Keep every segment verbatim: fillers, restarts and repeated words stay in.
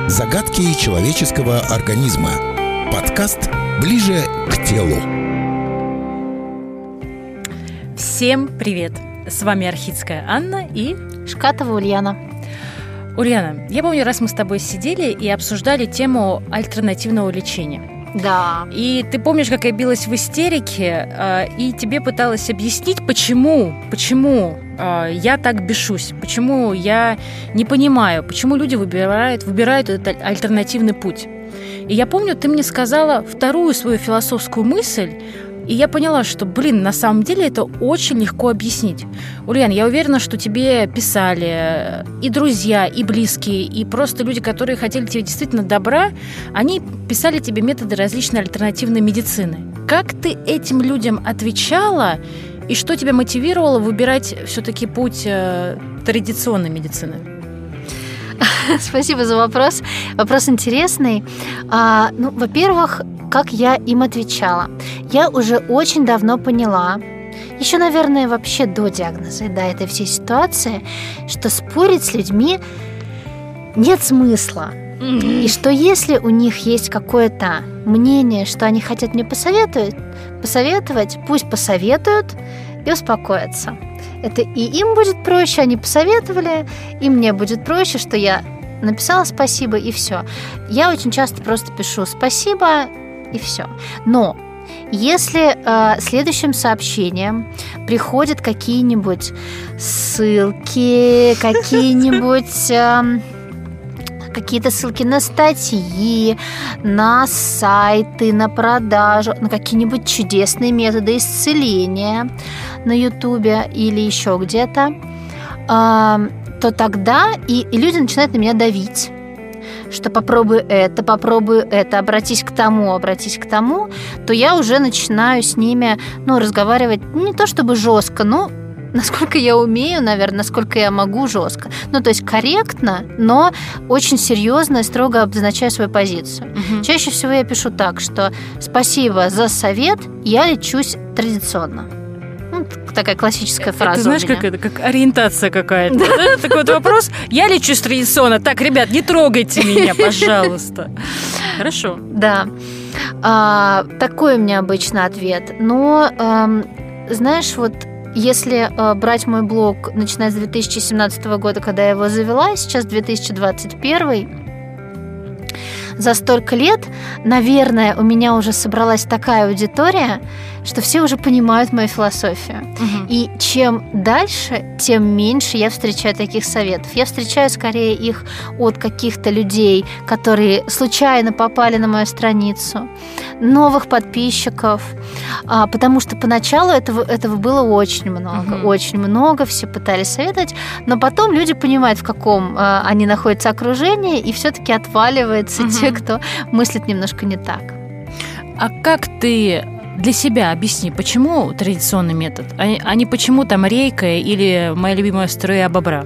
Загадки человеческого организма. Подкаст «Ближе к телу». Всем привет! С вами Архидская Анна и Шкатова Ульяна. Ульяна, я помню, раз мы с тобой сидели и обсуждали тему альтернативного лечения. Да. И ты помнишь, как я билась в истерике, и тебе пыталась объяснить, почему, почему я так бешусь, почему я не понимаю, почему люди выбирают, выбирают этот альтернативный путь. И я помню, ты мне сказала вторую свою философскую мысль, и я поняла, что, блин, на самом деле это очень легко объяснить. Ульян, я уверена, что тебе писали и друзья, и близкие, и просто люди, которые хотели тебе действительно добра, они писали тебе методы различной альтернативной медицины. Как ты этим людям отвечала, и что тебя мотивировало выбирать все-таки путь э, традиционной медицины? Спасибо за вопрос. Вопрос интересный. А, ну, во-первых, как я им отвечала. Я уже очень давно поняла, еще, наверное, вообще до диагноза, до этой всей ситуации, что спорить с людьми нет смысла. Mm-hmm. И что если у них есть какое-то мнение, что они хотят мне посоветовать, посоветовать, пусть посоветуют и успокоятся. Это и им будет проще, они посоветовали, и мне будет проще, что я написала спасибо, и все. Я очень часто просто пишу спасибо, и все. Но если э, следующим сообщением приходят какие-нибудь ссылки, какие-нибудь... Э, какие-то ссылки на статьи, на сайты, на продажу, на какие-нибудь чудесные методы исцеления на Ютубе или еще где-то, то тогда и, и люди начинают на меня давить, что попробуй это, попробуй это, обратись к тому, обратись к тому, то я уже начинаю с ними, ну, разговаривать не то чтобы жестко, но насколько я умею, наверное, насколько я могу жестко. Ну, то есть корректно, но очень серьезно и строго обозначаю свою позицию. Угу. Чаще всего я пишу так, что спасибо за совет, я лечусь традиционно. Ну, такая классическая фраза. Ты знаешь, как это, как ориентация какая-то. Да? Такой вот вопрос. Я лечусь традиционно. Так, ребят, не трогайте меня, пожалуйста. Хорошо. Да. А, такой у меня обычно ответ. Но, а, знаешь, вот если э, брать мой блог, начиная с две тысячи семнадцатого года, когда я его завела, сейчас две тысячи двадцать первый, за столько лет, наверное, у меня уже собралась такая аудитория, что все уже понимают мою философию. Угу. И чем дальше, тем меньше я встречаю таких советов. Я встречаю скорее их от каких-то людей, которые случайно попали на мою страницу, новых подписчиков, а, потому что поначалу этого, этого было очень много, угу. очень много, все пытались советовать, но потом люди понимают, в каком а, они находятся окружении, и все-таки отваливается угу. те, кто мыслит немножко не так. А как ты для себя объясни, почему традиционный метод, а, а не почему там рейка или моя любимая струя бобра?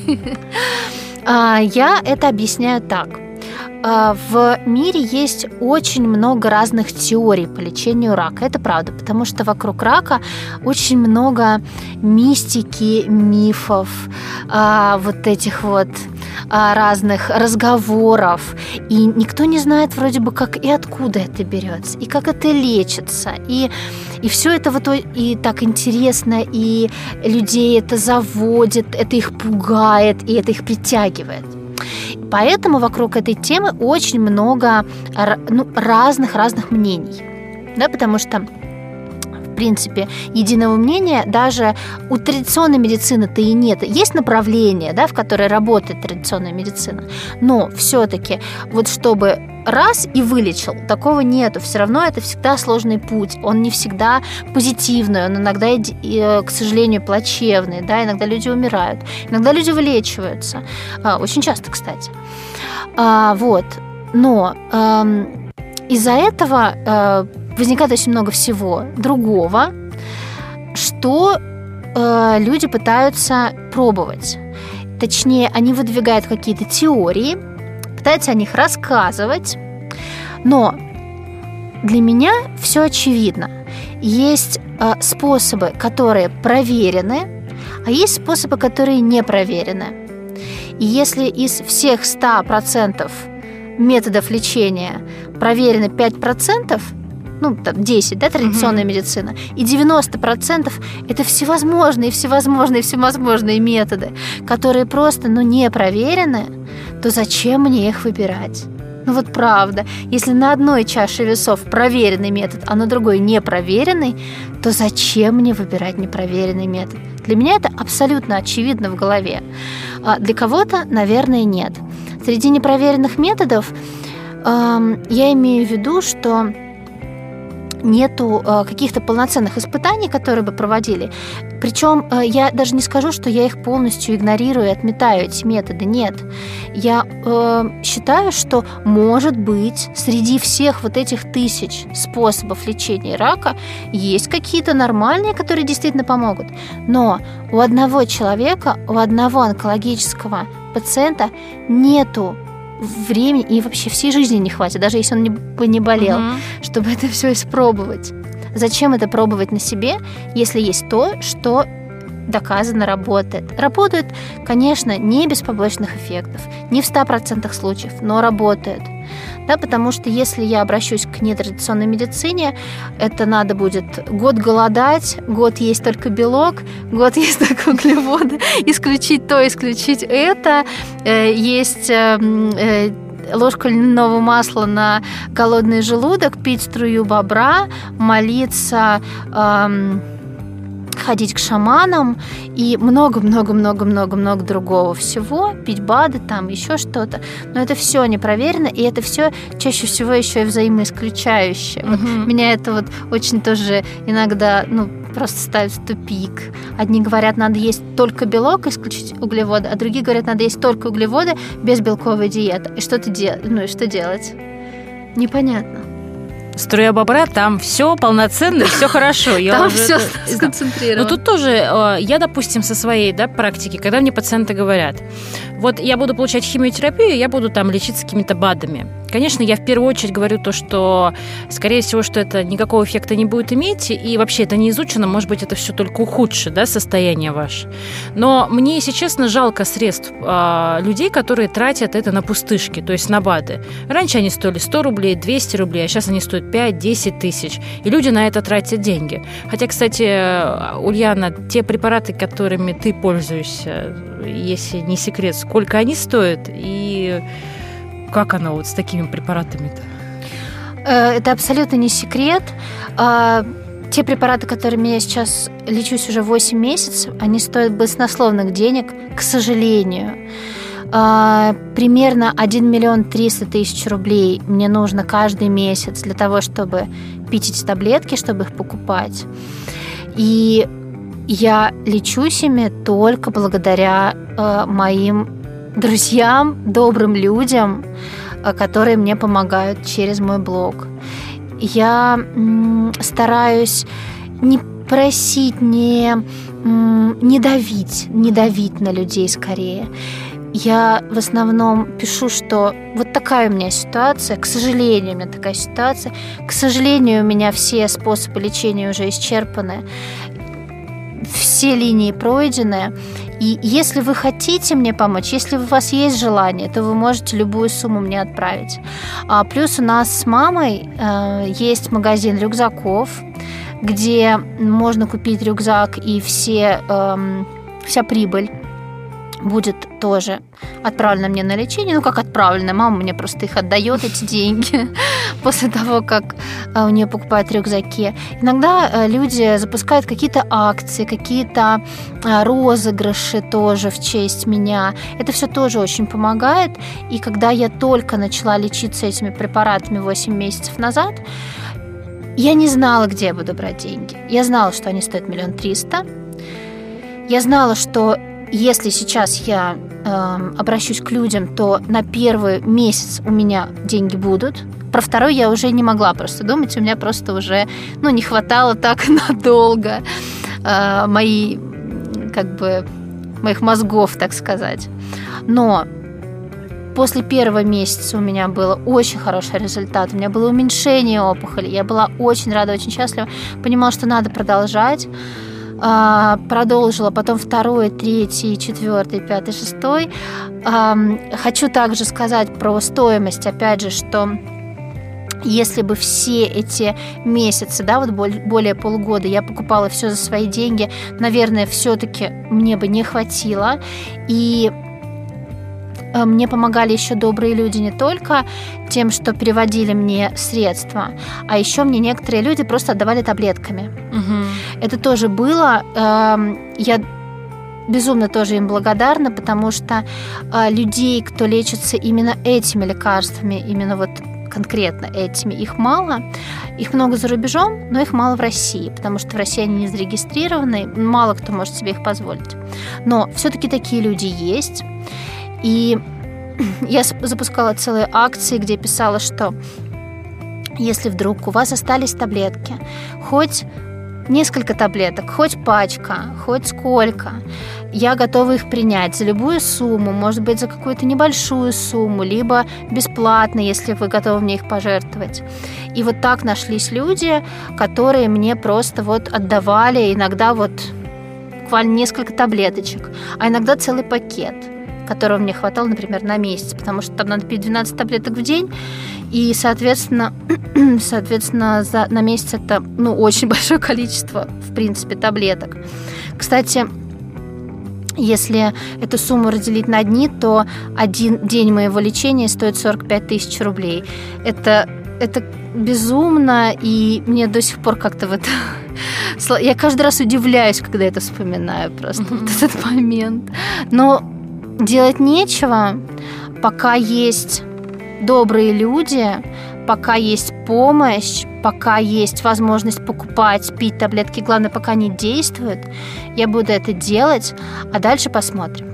Я это объясняю так. В мире есть очень много разных теорий по лечению рака. Это правда, потому что вокруг рака очень много мистики, мифов, вот этих вот разных разговоров. И никто не знает вроде бы, как и откуда это берется, и как это лечится. И, и все это вот и так интересно, и людей это заводит, это их пугает, и это их притягивает. Поэтому вокруг этой темы очень много ну, разных-разных мнений. Да, потому что, в принципе, единого мнения даже у традиционной медицины-то и нет. Есть направление, да, в которое работает традиционная медицина, но все-таки вот чтобы раз и вылечил, такого нету. Все равно это всегда сложный путь. Он не всегда позитивный, он иногда, к сожалению, плачевный. Да? Иногда люди умирают, иногда люди вылечиваются. Очень часто, кстати. Вот. Но из-за этого возникает очень много всего другого, что люди пытаются пробовать. Точнее, они выдвигают какие-то теории, пытаются о них рассказывать, но для меня все очевидно. Есть э, способы, которые проверены, а есть способы, которые не проверены. И если из всех ста процентов методов лечения проверено пять процентов, ну, там, десять, да, традиционная mm-hmm. медицина, и девяносто процентов это всевозможные, всевозможные, всевозможные методы, которые просто, ну, не проверены, то зачем мне их выбирать? Ну вот правда, если на одной чаше весов проверенный метод, а на другой непроверенный, то зачем мне выбирать непроверенный метод? Для меня это абсолютно очевидно в голове. А для кого-то, наверное, нет. Среди непроверенных методов э, я имею в виду, что нету э, каких-то полноценных испытаний, которые бы проводили. Причем э, я даже не скажу, что я их полностью игнорирую и отметаю, эти методы. Нет. Я э, считаю, что, может быть, среди всех вот этих тысяч способов лечения рака есть какие-то нормальные, которые действительно помогут. Но у одного человека, у одного онкологического пациента нету времени и вообще всей жизни не хватит, даже если он не, бы не болел, uh-huh. чтобы это все испробовать. Зачем это пробовать на себе, если есть то, что доказано работает? Работает, конечно, не без побочных эффектов, не в ста процентах случаев, но работает. Да, потому что если я обращусь к нетрадиционной медицине, это надо будет год голодать, год есть только белок, год есть только углеводы, исключить то, исключить это, есть ложку льняного масла на голодный желудок, пить струю бобра, молиться, ходить к шаманам и много-много-много-много-много другого всего, пить БАДы, там еще что-то. Но это все не проверено, и это все чаще всего еще и взаимоисключающее. Uh-huh. Вот меня это вот очень тоже иногда, ну, просто ставит в тупик. Одни говорят, надо есть только белок, исключить углеводы, а другие говорят, надо есть только углеводы без белковой диеты. И что ты дел... ну и что делать? Непонятно. Струя бобра, там все полноценно, все хорошо. Я там уже все сконцентрировано. Но тут тоже, я, допустим, со своей да, практики, когда мне пациенты говорят, вот я буду получать химиотерапию, я буду там лечиться какими-то БАДами. Конечно, я в первую очередь говорю то, что, скорее всего, что это никакого эффекта не будет иметь, и вообще это не изучено, может быть, это все только ухудшит, да, состояние ваше. Но мне, если честно, жалко средств э, людей, которые тратят это на пустышки, то есть на БАДы. Раньше они стоили сто рублей, двести рублей, а сейчас они стоят пять-десять тысяч, и люди на это тратят деньги. Хотя, кстати, Ульяна, те препараты, которыми ты пользуешься, если не секрет, сколько они стоят, и как оно вот с такими препаратами-то? Это абсолютно не секрет. Те препараты, которыми я сейчас лечусь уже восемь месяцев, они стоят баснословных денег, к сожалению. Примерно один миллион триста тысяч рублей мне нужно каждый месяц для того, чтобы пить эти таблетки, чтобы их покупать. И я лечусь ими только благодаря э, моим друзьям, добрым людям, э, которые мне помогают через мой блог. Я м, стараюсь не просить, не, м, не давить, не давить на людей скорее. Я в основном пишу, что вот такая у меня ситуация, к сожалению, у меня такая ситуация, к сожалению, у меня все способы лечения уже исчерпаны, все линии пройдены, и если вы хотите мне помочь, если у вас есть желание, то вы можете любую сумму мне отправить. А плюс у нас с мамой э, есть магазин рюкзаков, где можно купить рюкзак, и все, э, вся прибыль будет тоже отправлена мне на лечение. Ну, как отправлена, мама мне просто их отдает, эти деньги, после того, как у нее покупают рюкзаки. Иногда люди запускают какие-то акции, какие-то розыгрыши тоже в честь меня. Это все тоже очень помогает. И когда я только начала лечиться этими препаратами восемь месяцев назад, я не знала, где я буду брать деньги. Я знала, что они стоят миллион триста. Я знала, что если сейчас я э, обращусь к людям, то на первый месяц у меня деньги будут. Про второй я уже не могла просто думать, у меня просто уже ну, не хватало так надолго э, мои, как бы, моих мозгов, так сказать. Но после первого месяца у меня был очень хороший результат, у меня было уменьшение опухоли, я была очень рада, очень счастлива, понимала, что надо продолжать. продолжила потом второй, третий, четвертый, пятый, шестой. Хочу также сказать про стоимость, опять же, что если бы все эти месяцы, да, вот более полугода я покупала все за свои деньги, наверное, все-таки мне бы не хватило. И мне помогали еще добрые люди не только тем, что переводили мне средства, а еще мне некоторые люди просто отдавали таблетками. Угу. Это тоже было. Я безумно тоже им благодарна, потому что людей, кто лечится именно этими лекарствами, именно вот конкретно этими, их мало. Их много за рубежом, но их мало в России, потому что в России они не зарегистрированы, мало кто может себе их позволить. Но все-таки такие люди есть. И я запускала целые акции, где писала, что если вдруг у вас остались таблетки, хоть несколько таблеток, хоть пачка, хоть сколько, я готова их принять за любую сумму, может быть, за какую-то небольшую сумму, либо бесплатно, если вы готовы мне их пожертвовать. И вот так нашлись люди, которые мне просто вот отдавали иногда вот буквально несколько таблеточек, а иногда целый пакет, которого мне хватало, например, на месяц, потому что там надо пить двенадцать таблеток в день, и, соответственно, соответственно за, на месяц это, ну, очень большое количество, в принципе, таблеток. Кстати, если эту сумму разделить на дни, то один день моего лечения стоит сорок пять тысяч рублей. Это, это безумно, и мне до сих пор как-то вот... Я каждый раз удивляюсь, когда это вспоминаю просто, mm-hmm. вот этот момент. Но делать нечего, пока есть добрые люди, пока есть помощь, пока есть возможность покупать, пить таблетки, главное, пока они действуют, я буду это делать, а дальше посмотрим.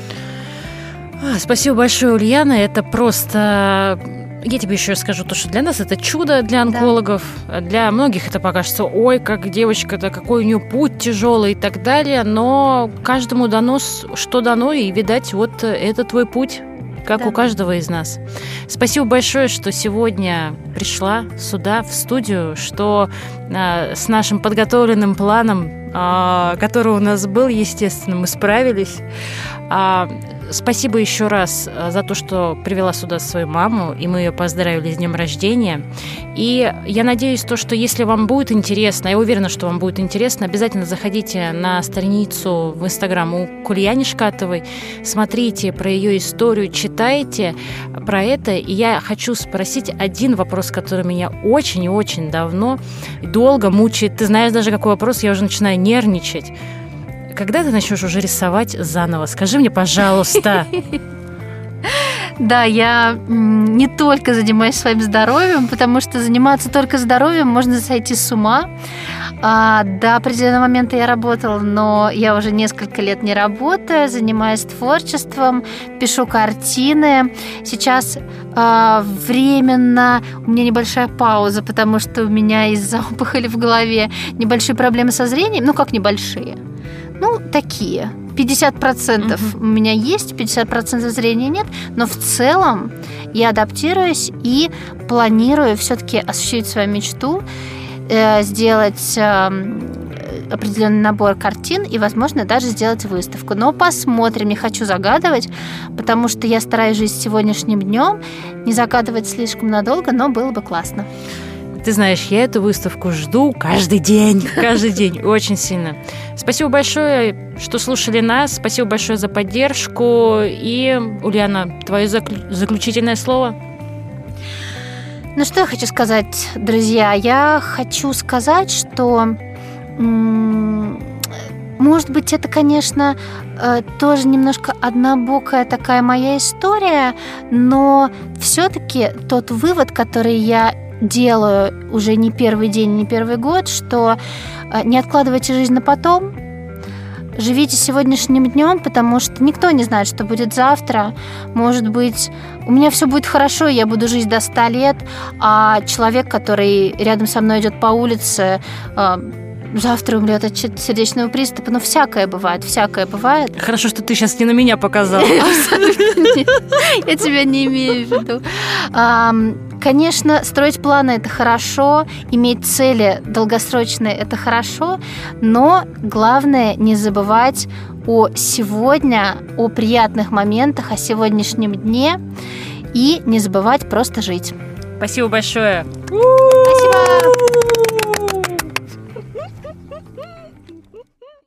Спасибо большое, Ульяна. Это просто... Я тебе еще скажу то, что для нас это чудо, для онкологов. Да. Для многих это покажется, ой, как девочка-то, какой у нее путь тяжелый и так далее. Но каждому дано, что дано, и, видать, вот это твой путь, как да. у каждого из нас. Спасибо большое, что сегодня пришла сюда, в студию, что э, с нашим подготовленным планом, э, который у нас был, естественно, мы справились. Э, Спасибо еще раз за то, что привела сюда свою маму, и мы ее поздравили с днем рождения. И я надеюсь, то, что если вам будет интересно, я уверена, что вам будет интересно, обязательно заходите на страницу в Инстаграм у Ульяны Шкатовой, смотрите про ее историю, читайте про это. И я хочу спросить один вопрос, который меня очень и очень давно, долго мучает. Ты знаешь даже, какой вопрос, я уже начинаю нервничать. Когда ты начнешь уже рисовать заново? Скажи мне, пожалуйста. Да, я не только занимаюсь своим здоровьем, потому что заниматься только здоровьем можно сойти с ума. А, до определенного момента я работала, но я уже несколько лет не работаю, занимаюсь творчеством, пишу картины. Сейчас а, временно у меня небольшая пауза, потому что у меня из-за опухоли в голове небольшие проблемы со зрением. Ну, как небольшие? Ну, такие. пятьдесят процентов uh-huh. у меня есть, пятьдесят процентов зрения нет, но в целом я адаптируюсь и планирую все-таки осуществить свою мечту, э, сделать э, определенный набор картин и, возможно, даже сделать выставку. Но посмотрим, не хочу загадывать, потому что я стараюсь жить сегодняшним днем, не загадывать слишком надолго, но было бы классно. Ты знаешь, я эту выставку жду каждый день, каждый день, очень сильно. Спасибо большое, что слушали нас, спасибо большое за поддержку. И, Ульяна, твое заключительное слово? Ну, что я хочу сказать, друзья? Я хочу сказать, что, может быть, это, конечно, тоже немножко однобокая такая моя история, но все-таки тот вывод, который я делаю уже не первый день, не первый год, что не откладывайте жизнь на потом, живите сегодняшним днем, потому что никто не знает, что будет завтра. Может быть, у меня все будет хорошо, и я буду жить до ста лет, а человек, который рядом со мной идет по улице, завтра умрет от сердечного приступа. Ну, всякое бывает, всякое бывает. Хорошо, что ты сейчас не на меня показала. Абсолютно нет. Я тебя не имею в виду. Конечно, строить планы – это хорошо, иметь цели долгосрочные – это хорошо, но главное не забывать о сегодня, о приятных моментах, о сегодняшнем дне и не забывать просто жить. Спасибо большое. Спасибо.